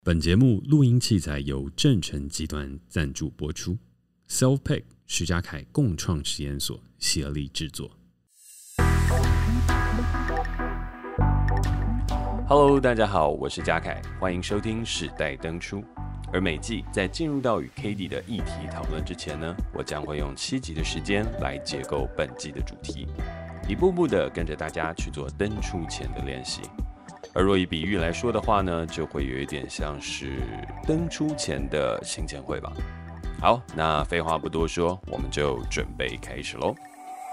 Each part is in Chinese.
本节目录音器材由正成集团赞助播出 ，Self-Pick 徐家凯共创实验所协力制作。 Hello， 大家好，我是家凯，欢迎收听史代登出。而每季在进入到与 Cady 的议题讨论之前呢，我将会用7集的时间来结构本季的主题，一步步的跟着大家去做登出前的练习。而若以比喻来说的话呢，就会有一点像是登出前的行前会吧。好，那废话不多说，我们就准备开始咯。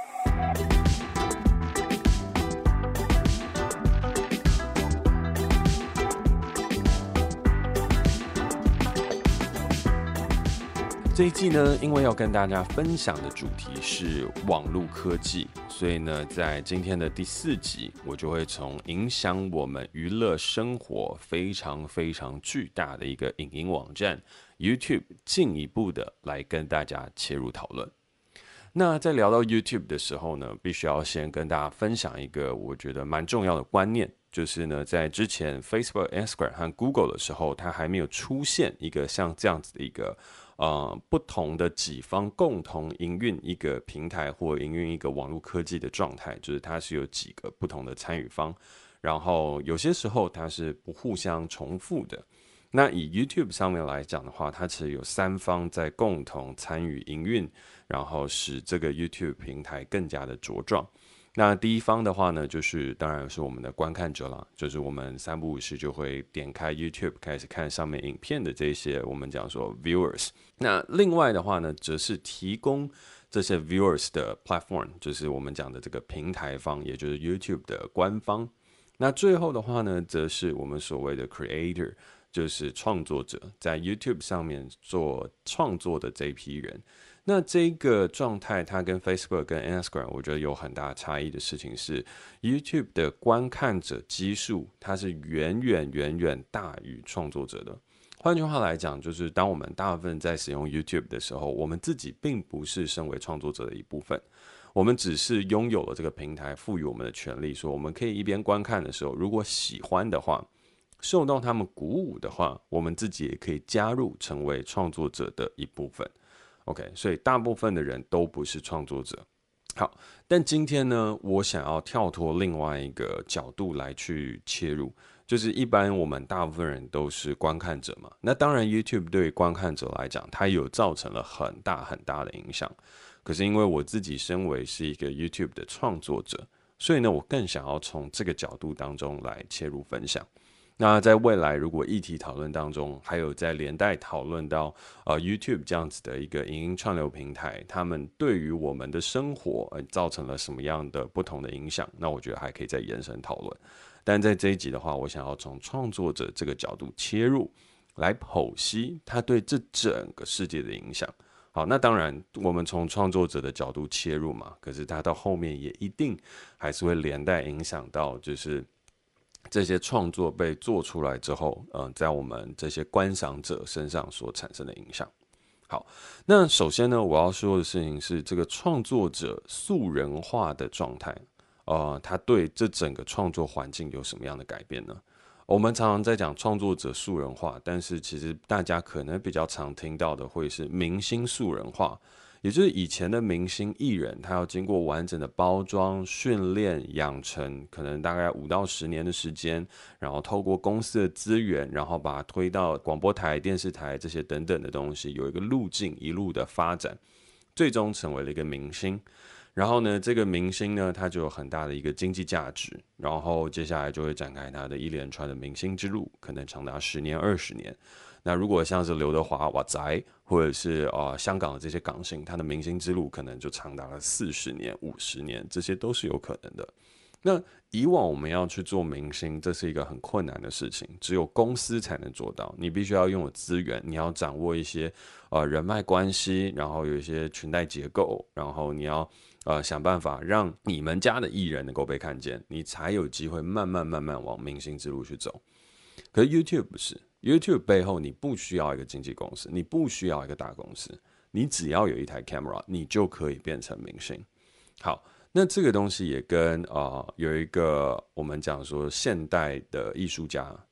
这一季呢，因为要跟大家分享的主题是网络科技，所以呢，在今天的第4集，我就会从影响我们娱乐生活非常非常巨大的一个影音网站 YouTube 进一步的来跟大家切入讨论。那在聊到 YouTube 的时候呢，必须要先跟大家分享一个我觉得蛮重要的观念，就是呢，在之前 Facebook、Instagram 和 Google 的时候，它还没有出现一个像这样子的一个不同的几方共同营运一个平台或营运一个网络科技的状态，就是它是有几个不同的参与方，然后有些时候它是不互相重复的。那以 YouTube 上面来讲的话，它其实有3方在共同参与营运，然后使这个 YouTube 平台更加的茁壮。那第一方的话呢，就是当然是我们的观看者啦，就是我们3不5时就会点开 YouTube 开始看上面影片的这些我们讲说 viewers。那另外的话呢，则是提供这些 viewers 的 platform， 就是我们讲的这个平台方，也就是 YouTube 的官方。那最后的话呢，则是我们所谓的 creator， 就是创作者，在 YouTube 上面做创作的这一批人。那这个状态，它跟 Facebook 跟 Instagram 我觉得有很大差异的事情是 ，YouTube 的观看者基数，它是远远大于创作者的。换句话来讲，就是当我们大部分在使用 YouTube 的时候，我们自己并不是身为创作者的一部分，我们只是拥有了这个平台赋予我们的权利，说我们可以一边观看的时候，如果喜欢的话，受到他们鼓舞的话，我们自己也可以加入成为创作者的一部分。OK， 所以大部分的人都不是创作者。好，但今天呢，我想要跳脱另外一个角度来去切入，就是一般我们大部分人都是观看者嘛。那当然 YouTube 对于观看者来讲，它有造成了很大的影响。可是因为我自己身为是一个 YouTube 的创作者，所以呢，我更想要从这个角度当中来切入分享。那在未来，如果议题讨论当中，还有在连带讨论到YouTube 这样子的一个影音串流平台，他们对于我们的生活造成了什么样的不同的影响，那我觉得还可以再延伸讨论。但在这一集的话，我想要从创作者这个角度切入，来剖析他对这整个世界的影响。好，那当然我们从创作者的角度切入嘛，可是他到后面也一定还是会连带影响到，就是这些创作被做出来之后，在我们这些观赏者身上所产生的影响。好，那首先呢，我要说的事情是这个创作者素人化的状态，他对这整个创作环境有什么样的改变呢？我们常常在讲创作者素人化，但是其实大家可能比较常听到的会是明星素人化。也就是以前的明星艺人，他要经过完整的包装、训练、养成，可能大概5到10年的时间，然后透过公司的资源，然后把它推到广播台、电视台这些等等的东西，有一个路径一路的发展，最终成为了一个明星。然后呢，这个明星呢，他就有很大的一个经济价值，然后接下来就会展开他的一连串的明星之路，可能长达10年、20年。那如果像是刘德华、瓦仔，或者是香港的这些港星，他的明星之路可能就长达了40年、50年，这些都是有可能的。那以往我们要去做明星，这是一个很困难的事情，只有公司才能做到。你必须要拥有资源，你要掌握一些人脉关系，然后有一些裙带结构，然后你要想办法让你们家的艺人能够被看见，你才有机会慢慢往明星之路去走。可是 YouTube 不是。YouTube 背后你不需要一个经纪公司，你不需要一个大公司，你只要有一台 camera， 你就可以变成明星。好，那这个东西也跟有一个我们讲说现代的艺术家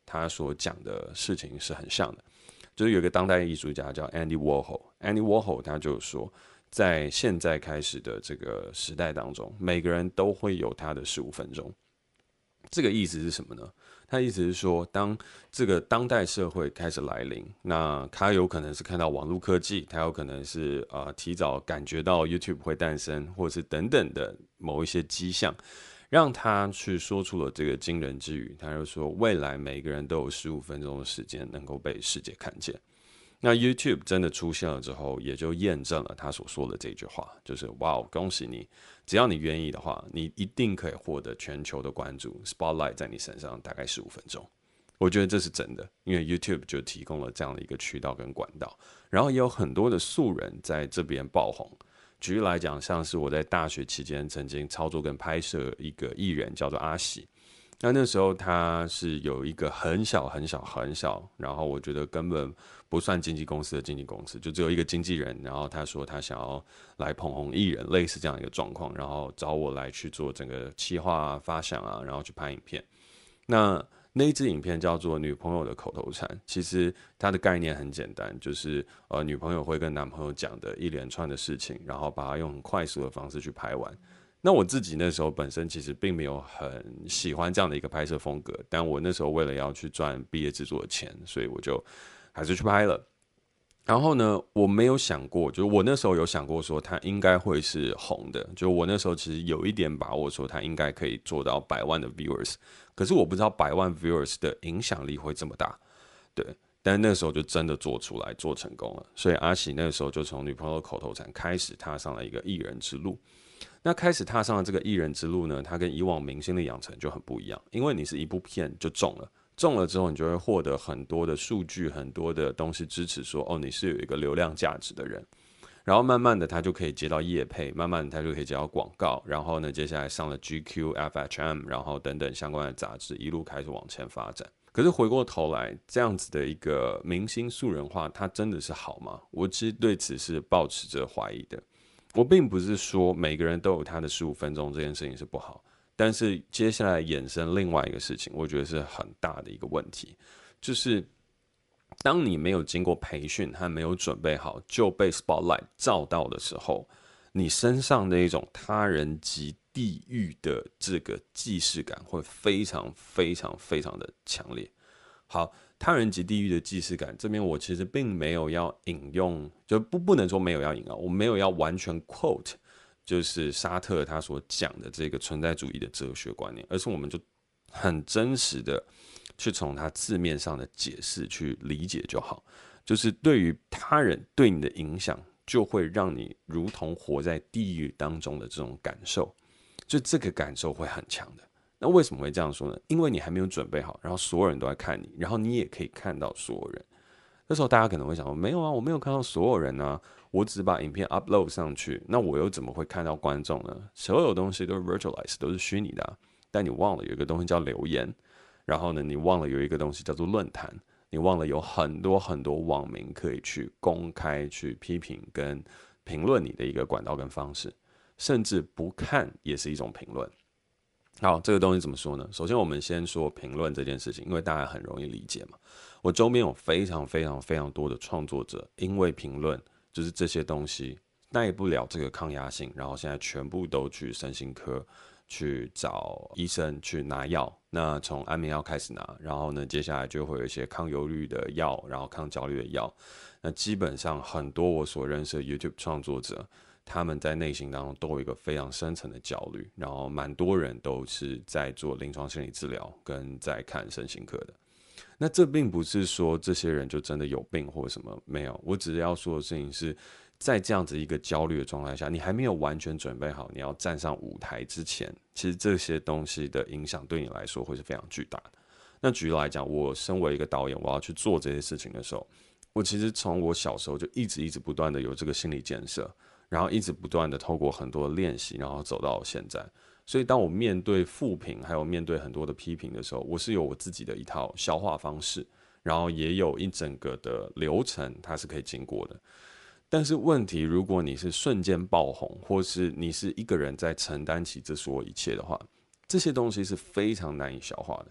他所讲的事情是很像的。就是有一个当代艺术家叫 Andy Warhol，Andy Warhol 他就说，在现在开始的这个时代当中，每个人都会有他的15分钟。这个意思是什么呢？他的意思是说，当这个当代社会开始来临，那他有可能是看到网络科技，他有可能是提早感觉到 YouTube 会诞生，或者是等等的某一些迹象，让他去说出了这个惊人之语。他就说，未来每个人都有15分钟的时间能够被世界看见。那 YouTube 真的出现了之后，也就验证了他所说的这句话，就是哇，恭喜你，只要你愿意的话，你一定可以获得全球的关注 ，Spotlight 在你身上大概15分钟。我觉得这是真的，因为 YouTube 就提供了这样的一个渠道跟管道，然后也有很多的素人在这边爆红。举例来讲，像是我在大学期间曾经操作跟拍摄一个艺人，叫做阿喜。那时候他是有一个很小，然后我觉得根本不算经纪公司的经纪公司，就只有一个经纪人，然后他说他想要来捧红艺人，类似这样一个状况，然后找我来去做整个企划啊、发想啊，然后去拍影片。那一支影片叫做《女朋友的口头禅》，其实它的概念很简单，就是女朋友会跟男朋友讲的一连串的事情，然后把它用很快速的方式去拍完。那我自己那时候本身其实并没有很喜欢这样的一个拍摄风格，但我那时候为了要去赚毕业制作的钱，所以我就还是去拍了。然后呢，我没有想过，就是我那时候有想过说它应该会是红的，就我那时候其实有一点把握说它应该可以做到100万的 viewers， 可是我不知道100万 viewers 的影响力会这么大，对。但那时候就真的做出来，做成功了，所以阿喜那个时候就从女朋友的口头禅开始踏上了一个艺人之路。那开始踏上了这个艺人之路呢，它跟以往明星的养成就很不一样，因为你是一部片就中了，中了之后你就会获得很多的数据，很多的东西支持说，哦，你是有一个流量价值的人。然后慢慢的他就可以接到业配，慢慢的他就可以接到广告，然后呢，接下来上了 GQ、FHM， 然后等等相关的杂志，一路开始往前发展。可是回过头来，这样子的一个明星素人化，它真的是好吗？我其实对此是抱持着怀疑的。我并不是说每个人都有他的15分钟这件事情是不好，但是接下来衍生另外一个事情，我觉得是很大的一个问题，就是当你没有经过培训和没有准备好就被 spotlight 照到的时候，你身上的一种他人即地狱的这个既视感会非常的强烈。好，他人即地狱的既视感，这边我其实并没有要引用，就不能说没有要引用，我没有要完全 quote， 就是沙特他所讲的这个存在主义的哲学观念，而是我们就很真实的去从他字面上的解释去理解就好。就是对于他人对你的影响，就会让你如同活在地狱当中的这种感受，就这个感受会很强的。那为什么会这样说呢？因为你还没有准备好，然后所有人都在看你，然后你也可以看到所有人。那时候大家可能会想说，没有啊，我没有看到所有人啊，我只把影片 upload 上去，那我又怎么会看到观众呢？所有东西都是 virtualize， 都是虚拟的啊。但你忘了有一个东西叫留言，然后呢，你忘了有一个东西叫做论坛，你忘了有很多网民可以去公开去批评跟评论你的一个管道跟方式，甚至不看也是一种评论。好，这个东西怎么说呢？首先，我们先说评论这件事情，因为大家很容易理解嘛。我周边有非常多的创作者，因为评论就是这些东西耐不了这个抗压性，然后现在全部都去身心科去找医生去拿药。那从安眠药开始拿，然后呢，接下来就会有一些抗忧郁的药，然后抗焦虑的药。那基本上很多我所认识的 YouTube 创作者，他们在内心当中都有一个非常深层的焦虑，然后蛮多人都是在做临床心理治疗跟在看身心科的。那这并不是说这些人就真的有病或什么，没有，我只是要说的事情是在这样子一个焦虑的状态下，你还没有完全准备好你要站上舞台之前，其实这些东西的影响对你来说会是非常巨大的。那举例来讲，我身为一个导演，我要去做这些事情的时候，我其实从我小时候就一直不断的有这个心理建设，然后一直不断的透过很多的练习，然后走到现在。所以当我面对负评还有面对很多的批评的时候，我是有我自己的一套消化方式，然后也有一整个的流程它是可以经过的。但是问题，如果你是瞬间爆红，或是你是一个人在承担起这所有一切的话，这些东西是非常难以消化的。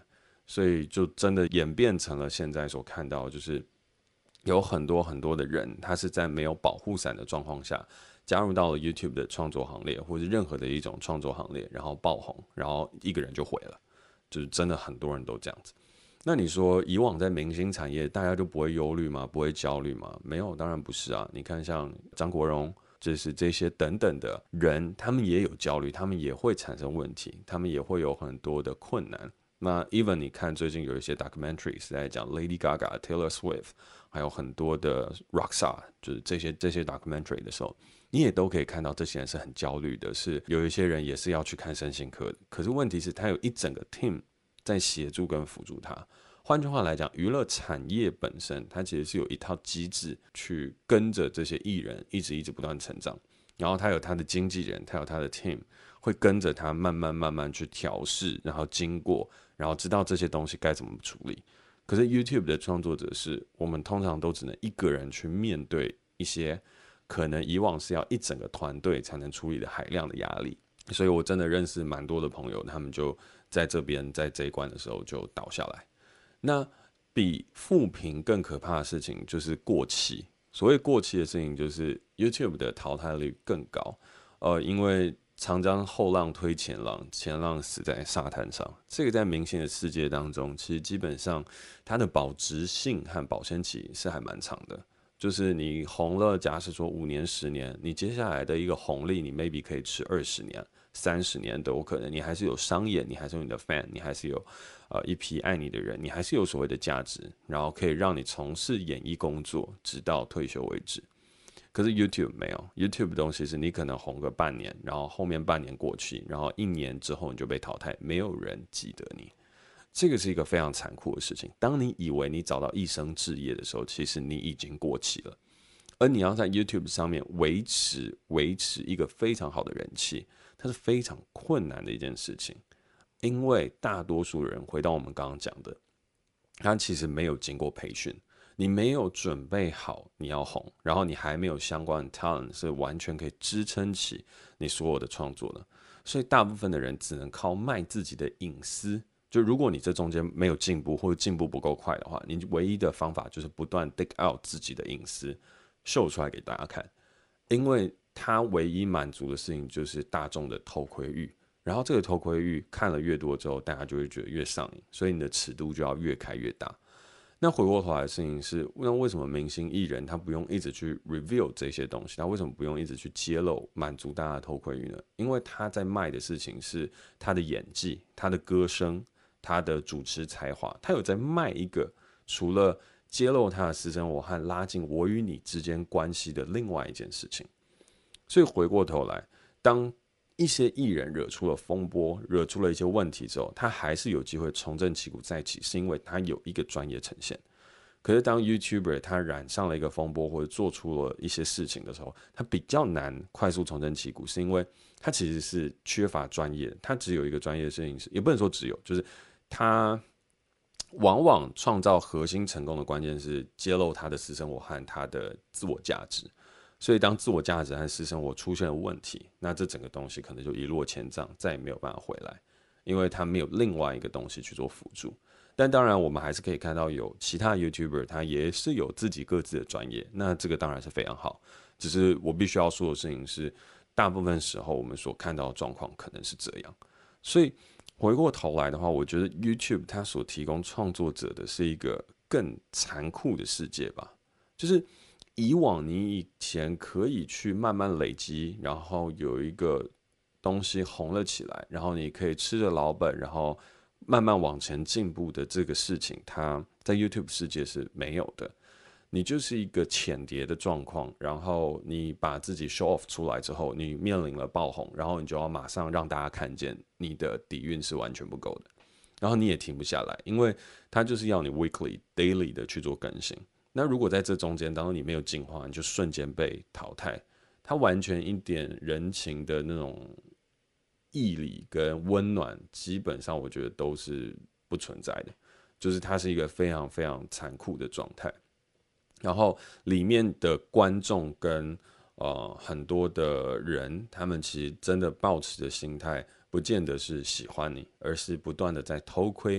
所以就真的演变成了现在所看到，就是有很多很多的人，他是在没有保护伞的状况下，加入到了 YouTube 的创作行列，或者任何的一种创作行列，然后爆红，然后一个人就毁了，就是真的很多人都这样子。那你说以往在明星产业，大家就不会忧虑吗？不会焦虑吗？没有，当然不是啊。你看像张国荣，就是这些等等的人，他们也有焦虑，他们也会产生问题，他们也会有很多的困难。那 even 你看最近有一些 documentary 是在讲 Lady Gaga、Taylor Swift， 还有很多的 rockstar， 就是这些 documentary 的时候，你也都可以看到这些人是很焦虑的，是有一些人也是要去看身心科的。可是问题是，他有一整个 team 在协助跟辅助他。换句话来讲，娱乐产业本身它其实是有一套机制去跟着这些艺人一直不断成长，然后他有他的经纪人，他有他的 team， 会跟着他慢慢去调试，然后经过，然后知道这些东西该怎么处理。可是 YouTube 的创作者是我们通常都只能一个人去面对一些可能以往是要一整个团队才能处理的海量的压力，所以我真的认识蛮多的朋友，他们就在这边在这一关的时候就倒下来。那比负评更可怕的事情就是过气。所谓过气的事情，就是 YouTube 的淘汰率更高。因为长江后浪推前浪，前浪死在沙滩上。这个在明星的世界当中，其实基本上它的保值性和保鲜期是还蛮长的。就是你红了，假设说5年、10年，你接下来的一个红利，你 maybe 可以吃20年、30年都有可能。你还是有商业，你还是有你的 fan， 你还是有一批爱你的人，你还是有所谓的价值，然后可以让你从事演艺工作直到退休为止。可是 YouTube 没有 ，YouTube 的东西是你可能红个半年，然后后面半年过去，然后1年之后你就被淘汰，没有人记得你。这个是一个非常残酷的事情。当你以为你找到一生志业的时候，其实你已经过期了。而你要在 YouTube 上面维持一个非常好的人气，它是非常困难的一件事情。因为大多数人回到我们刚刚讲的，他其实没有经过培训，你没有准备好你要红，然后你还没有相关的 talent 是完全可以支撑起你所有的创作的，所以大部分的人只能靠卖自己的隐私。就如果你这中间没有进步，或者进步不够快的话，你唯一的方法就是不断 dig out 自己的隐私，秀出来给大家看。因为他唯一满足的事情就是大众的偷窥欲，然后这个偷窥欲看了越多之后，大家就会觉得越上瘾，所以你的尺度就要越开越大。那回过头来的事情是，那为什么明星艺人他不用一直去 reveal 这些东西？他为什么不用一直去揭露，满足大家的偷窥欲呢？因为他在卖的事情是他的演技、他的歌声、他的主持才华，他有在卖一个除了揭露他的私生活和拉近我与你之间关系的另外一件事情。所以回过头来，当一些艺人惹出了风波，惹出了一些问题之后，他还是有机会重振旗鼓再起，是因为他有一个专业呈现。可是当 YouTuber 他染上了一个风波，或者做出了一些事情的时候，他比较难快速重振旗鼓，是因为他其实是缺乏专业，他只有一个专业的事情是，也不能说只有，就是他往往创造核心成功的关键是揭露他的私生活和他的自我价值。所以当自我价值和私生活出现了问题，那这整个东西可能就一落千丈，再也没有办法回来，因为他没有另外一个东西去做辅助。但当然，我们还是可以看到有其他 YouTuber， 他也是有自己各自的专业，那这个当然是非常好。只是我必须要说的事情是，大部分时候我们所看到的状况可能是这样。所以回过头来的话，我觉得 YouTube 它所提供创作者的是一个更残酷的世界吧，就是以往你以前可以去慢慢累积，然后有一个东西红了起来，然后你可以吃着老本，然后慢慢往前进步的这个事情，它在 YouTube 世界是没有的。你就是一个浅碟的状况，然后你把自己 show off 出来之后，你面临了爆红，然后你就要马上让大家看见你的底蕴是完全不够的，然后你也停不下来，因为它就是要你 weekly、daily 的去做更新。那如果在这中间，当你没有进化，你就瞬间被淘汰。它完全一点人情的那种义理跟温暖，基本上我觉得都是不存在的。就是它是一个非常非常残酷的状态。然后里面的观众跟很多的人，他们其实真的抱持的心态，不见得是喜欢你，而是不断的在偷窥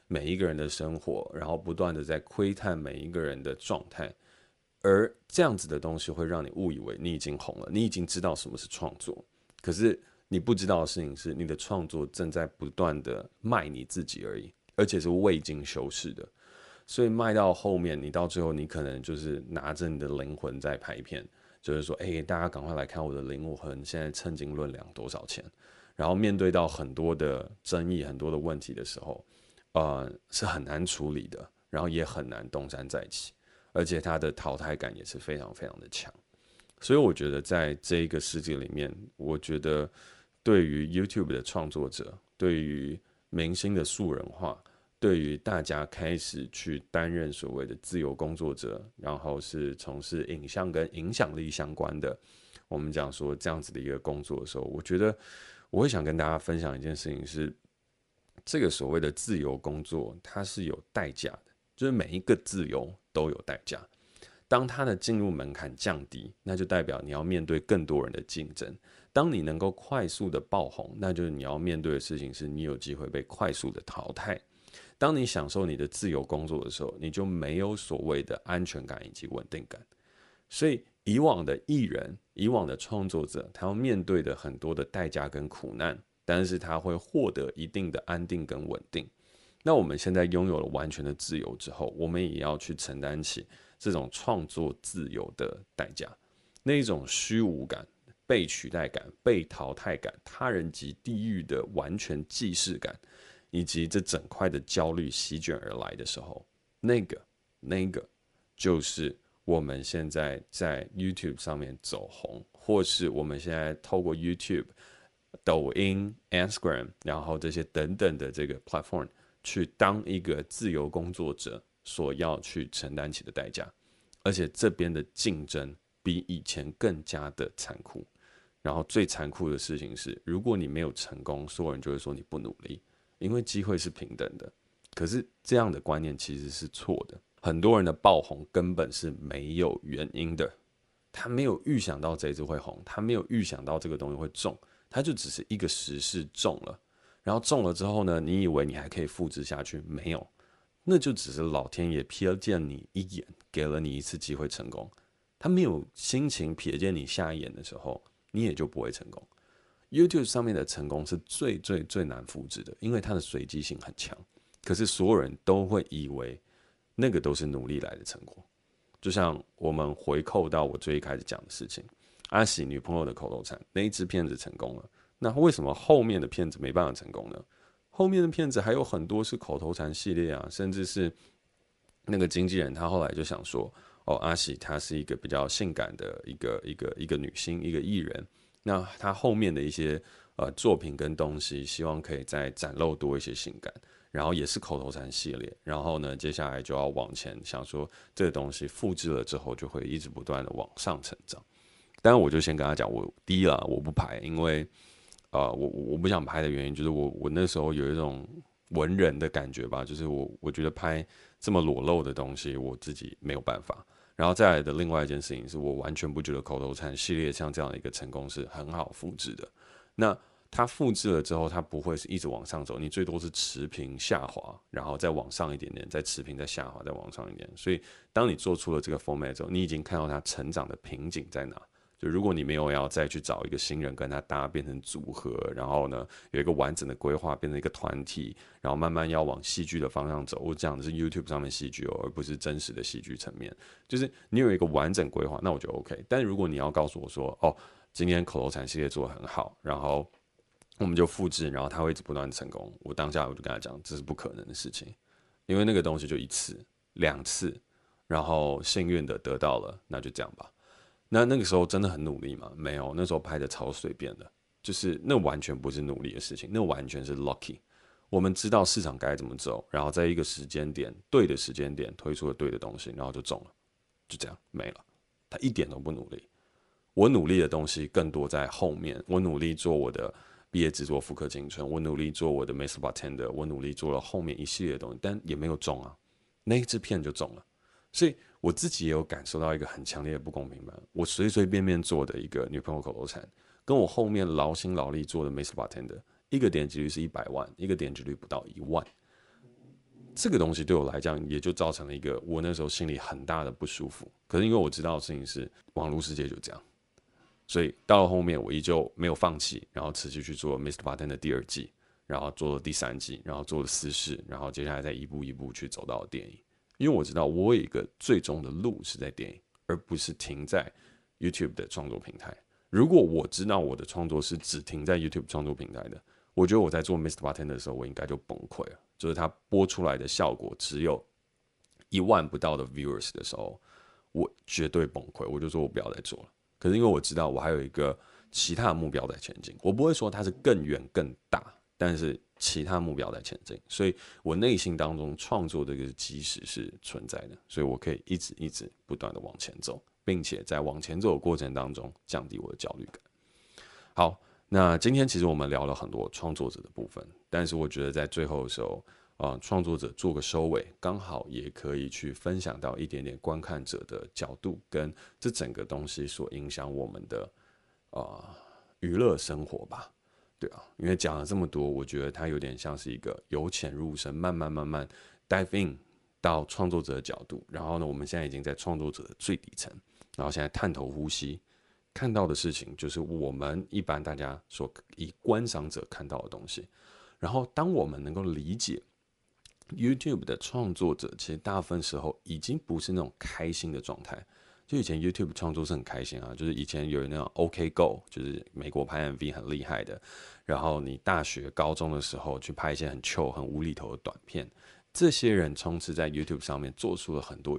每一个人的生活，然后不断的在窥探每一个人的状态，而这样子的东西会让你误以为你已经红了，你已经知道什么是创作，可是你不知道的事情是，你的创作正在不断的卖你自己而已，而且是未经修饰的。所以卖到后面，你到最后，你可能就是拿着你的灵魂在拍片，就是说，大家赶快来看我的灵魂现在称斤论两多少钱。然后面对到很多的争议、很多的问题的时候，是很难处理的，然后也很难东山再起，而且它的淘汰感也是非常非常的强。所以我觉得在这一个世界里面，我觉得对于 YouTube 的创作者，对于明星的素人化，对于大家开始去担任所谓的自由工作者，然后是从事影像跟影响力相关的，我们讲说这样子的一个工作的时候，我觉得我会想跟大家分享一件事情是，这个所谓的自由工作，它是有代价的，就是每一个自由都有代价。当它的进入门槛降低，那就代表你要面对更多人的竞争。当你能够快速的爆红，那就是你要面对的事情是你有机会被快速的淘汰。当你享受你的自由工作的时候，你就没有所谓的安全感以及稳定感。所以以往的艺人、以往的创作者，他要面对的很多的代价跟苦难，但是他会获得一定的安定跟稳定。那我们现在拥有了完全的自由之后，我们也要去承担起这种创作自由的代价，那一种虚无感、被取代感、被淘汰感、他人及地狱的完全既视感，以及这整块的焦虑席卷而来的时候，那个就是我们现在在 YouTube 上面走红，或是我们现在透过 YouTube、抖音、Instagram， 然后这些等等的这个 platform 去当一个自由工作者所要去承担起的代价，而且这边的竞争比以前更加的残酷。然后最残酷的事情是，如果你没有成功，所有人就会说你不努力，因为机会是平等的。可是这样的观念其实是错的。很多人的爆红根本是没有原因的，他没有预想到这一次会红，他没有预想到这个东西会中，他就只是一个时势中了。然后中了之后呢，你以为你还可以复制下去，没有，那就只是老天爷瞥见你一眼，给了你一次机会成功。他没有心情瞥见你下一眼的时候，你也就不会成功。YouTube 上面的成功是最最最难复制的，因为它的随机性很强。可是所有人都会以为那个都是努力来的成果。就像我们回扣到我最一开始讲的事情，阿喜女朋友的口头禅，那一支片子成功了，那为什么后面的片子没办法成功呢？后面的片子还有很多是口头禅系列啊，甚至是那个经纪人他后来就想说，阿喜她是一个比较性感的一个女星，一个艺人，那她后面的一些作品跟东西，希望可以再展露多一些性感，然后也是口头禅系列，然后呢，接下来就要往前想说这个东西复制了之后，就会一直不断的往上成长。当然，我就先跟他讲，我第一啦，我不拍，因为我不想拍的原因就是我那时候有一种文人的感觉吧，就是我觉得拍这么裸露的东西，我自己没有办法。然后再来的另外一件事情是我完全不觉得口头禅系列像这样的一个成功是很好复制的。那它复制了之后，它不会是一直往上走，你最多是持平下滑，然后再往上一点点，再持平，再下滑，再往上一点。所以当你做出了这个 format 之后，你已经看到它成长的瓶颈在哪。就如果你没有要再去找一个新人跟他搭变成组合，然后呢有一个完整的规划变成一个团体，然后慢慢要往戏剧的方向走。我讲的是 YouTube 上面戏剧而不是真实的戏剧层面。就是你有一个完整规划，那我就 OK。但如果你要告诉我说，今天口头禅系列做得很好，然后我们就复制，然后它会一直不断成功，我当下我就跟他讲，这是不可能的事情，因为那个东西就一次、两次，然后幸运的得到了，那就这样吧。那个时候真的很努力吗？没有，那时候拍的超随便的，就是那完全不是努力的事情，那完全是 lucky。我们知道市场该怎么走，然后在一个时间点，对的时间点推出了对的东西，然后就中了，就这样没了。他一点都不努力，我努力的东西更多在后面。我努力做我的毕业制作《复刻青春》，我努力做我的《Mr. Bartender》，我努力做了后面一系列的东西，但也没有中啊。那一支片就中了，所以我自己也有感受到一个很强烈的不公平感。我随随便便做的一个女朋友口头禅，跟我后面劳心劳力做的 Mr. Bartender， 一个点击率是100万，一个点击率不到1万。 这个东西对我来讲，也就造成了一个我那时候心里很大的不舒服。可是因为我知道的事情是，网络世界就这样，所以到了后面我依旧没有放弃，然后持续去做《Mr. Bartender》的第2季，然后做了第3季，然后做了私事，然后接下来再一步一步去走到电影。因为我知道我有一个最终的路是在电影，而不是停在 YouTube 的创作平台。如果我知道我的创作是只停在 YouTube 创作平台的，我觉得我在做 Mr. Bartender 的时候，我应该就崩溃了。就是它播出来的效果只有1万不到的 viewers 的时候，我绝对崩溃。我就说我不要再做了。可是因为我知道我还有一个其他的目标在前进，我不会说它是更远更大，但是其他目标在前进，所以我内心当中创作这个基石是存在的，所以我可以一直不断的往前走，并且在往前走的过程当中降低我的焦虑感。好，那今天其实我们聊了很多创作者的部分，但是我觉得在最后的时候，创作者做个收尾，刚好也可以去分享到一点点观看者的角度，跟这整个东西所影响我们的娱乐生活吧。对啊，因为讲了这么多，我觉得它有点像是一个由浅入深，慢慢 dive in 到创作者的角度。然后呢，我们现在已经在创作者的最底层，然后现在探头呼吸，看到的事情就是我们一般大家所以观赏者看到的东西。然后当我们能够理解 YouTube 的创作者，其实大部分时候已经不是那种开心的状态。就以前 YouTube 创作是很开心啊，就是以前有那种 OK Go， 就是美国拍 MV 很厉害的，然后你大学、高中的时候去拍一些很糗、很无厘头的短片，这些人充斥在 YouTube 上面，做出了很多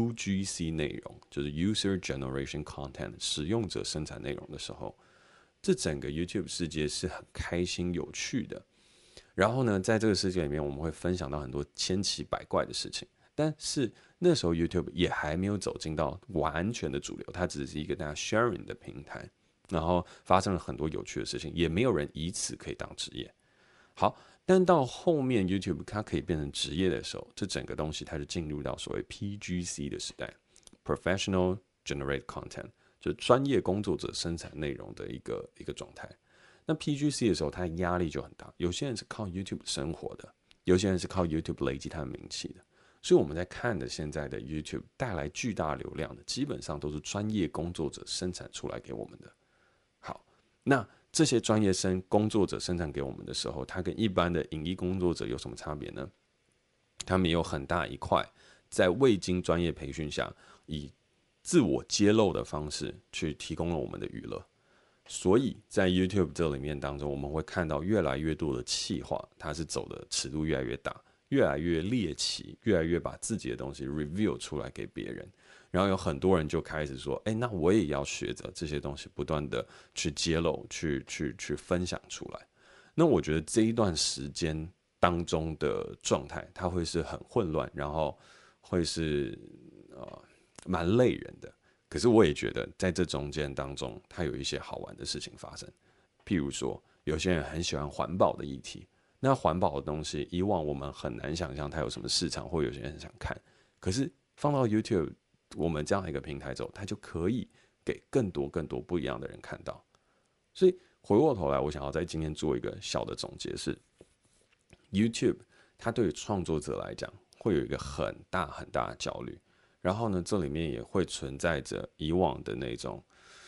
UGC 内容，就是 User Generation Content， 使用者生产内容的时候，这整个 YouTube 世界是很开心、有趣的。然后呢，在这个世界里面，我们会分享到很多千奇百怪的事情。但是那时候 YouTube 也还没有走进到完全的主流，它只是一个大家 sharing 的平台，然后发生了很多有趣的事情，也没有人以此可以当职业。好，但到后面 YouTube 它可以变成职业的时候，这整个东西它就进入到所谓 PGC 的时代 ，Professional Generate Content， 就是专业工作者生产内容的一个状态。那 PGC 的时候，它压力就很大。有些人是靠 YouTube 生活的，有些人是靠 YouTube 累积他的名气的。所以我们在看的现在的 YouTube 带来巨大流量的，基本上都是专业工作者生产出来给我们的。好，那这些专业工作者生产给我们的时候，它跟一般的影艺工作者有什么差别呢？他们有很大一块在未经专业培训下，以自我揭露的方式去提供了我们的娱乐。所以在 YouTube 这里面当中，我们会看到越来越多的企划，它是走的尺度越来越大，越来越猎奇，越来越把自己的东西 reveal 出来给别人。然后有很多人就开始说，那我也要学着这些东西，不断的去揭露，去分享出来。那我觉得这一段时间当中的状态，它会是很混乱，然后会是蛮累人的。可是我也觉得在这中间当中，它有一些好玩的事情发生。譬如说，有些人很喜欢环保的议题，那环保的东西，以往我们很难想象它有什么市场，或有些人很想看。可是放到 YouTube 我们这样一个平台之后，它就可以给更多不一样的人看到。所以回过头来，我想要在今天做一个小的总结是 ，YouTube 它对于创作者来讲会有一个很大的焦虑。然后呢，这里面也会存在着以往的那种，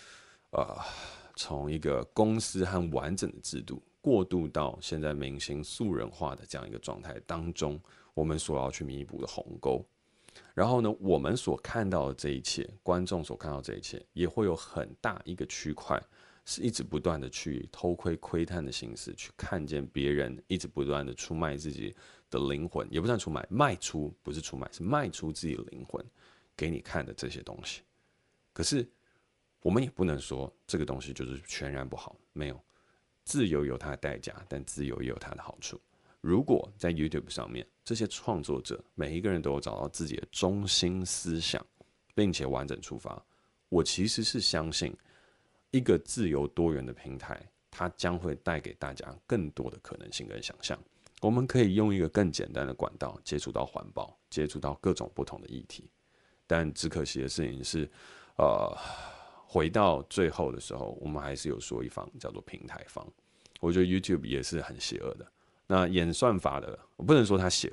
从一个公司和完整的制度过渡到现在明星素人化的这样一个状态当中，我们所要去弥补的鸿沟。然后呢，我们所看到的这一切，观众所看到的这一切，也会有很大一个区块是一直不断的去偷窥、窥探的形式，去看见别人一直不断的出卖自己的灵魂，也不算出卖，卖出不是出卖，是卖出自己的灵魂给你看的这些东西。可是我们也不能说这个东西就是全然不好，没有，自由有它的代价，但自由也有它的好处。如果在 YouTube 上面，这些创作者每一个人都有找到自己的中心思想，并且完整出发，我其实是相信一个自由多元的平台，它将会带给大家更多的可能性跟想象。我们可以用一个更简单的管道接触到环保，接触到各种不同的议题。但只可惜的事情是，回到最后的时候，我们还是有说一方叫做平台方。我觉得 YouTube 也是很邪恶的。那演算法的，我不能说它邪恶了，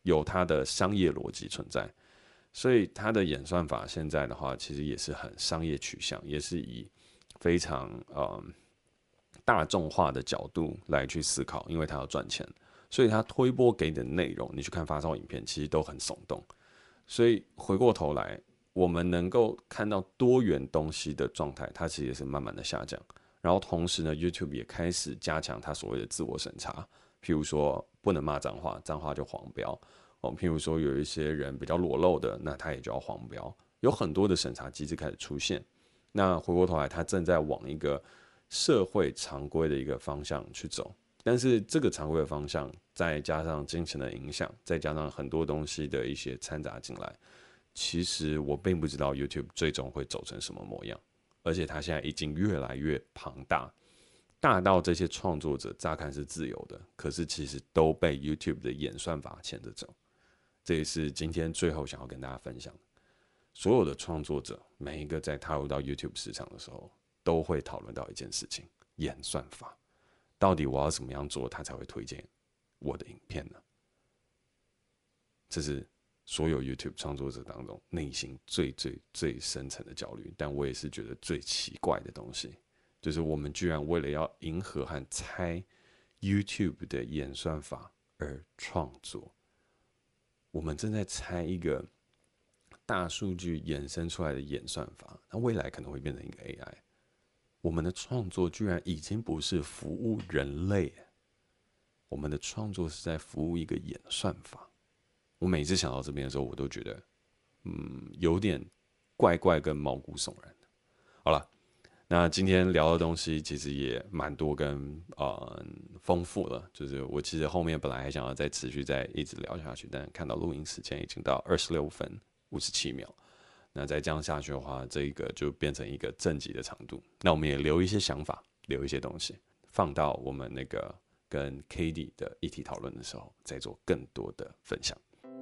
有它的商业逻辑存在。所以它的演算法现在的话，其实也是很商业取向，也是以非常大众化的角度来去思考，因为它要赚钱，所以它推播给你的内容，你去看发烧影片，其实都很耸动。所以回过头来，我们能够看到多元东西的状态，它其实也是慢慢的下降。然后同时呢 ，YouTube 也开始加强它所谓的自我审查，譬如说不能骂脏话，脏话就黄标。譬如说有一些人比较裸露的，那他也就要黄标，有很多的审查机制开始出现。那回过头来，他正在往一个社会常规的一个方向去走，但是这个常规的方向，再加上金钱的影响，再加上很多东西的一些掺杂进来，其实我并不知道 YouTube 最终会走成什么模样，而且它现在已经越来越庞大。大到这些创作者乍看是自由的，可是其实都被 YouTube 的演算法牵着走。这也是今天最后想要跟大家分享的。所有的创作者，每一个在踏入到 YouTube 市场的时候，都会讨论到一件事情：演算法。到底我要怎么样做，他才会推荐我的影片呢？这是所有 YouTube 创作者当中内心最深层的焦虑，但我也是觉得最奇怪的东西，就是我们居然为了要迎合和猜 YouTube 的演算法而创作。我们正在猜一个大数据衍生出来的演算法，那未来可能会变成一个 AI。我们的创作居然已经不是服务人类，我们的创作是在服务一个演算法。我每次想到这边的时候，我都觉得，有点怪怪跟毛骨悚然的。好了，那今天聊的东西其实也蛮多跟丰富了，就是我其实后面本来还想要再持续再一直聊下去，但看到录音时间已经到26分57秒，那再这样下去的话，这个就变成一个正集的长度。那我们也留一些想法，留一些东西，放到我们那个跟 KD 的议题讨论的时候，再做更多的分享。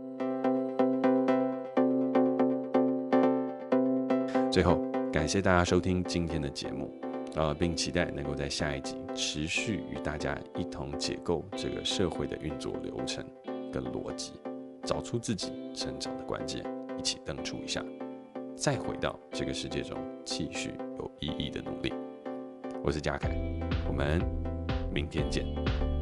最后，感谢大家收听今天的节目，并期待能够在下一集持续与大家一同解构这个社会的运作流程跟逻辑，找出自己成长的关键，一起登出一下，再回到这个世界中继续有意义的努力。我是嘉凯，我们明天见。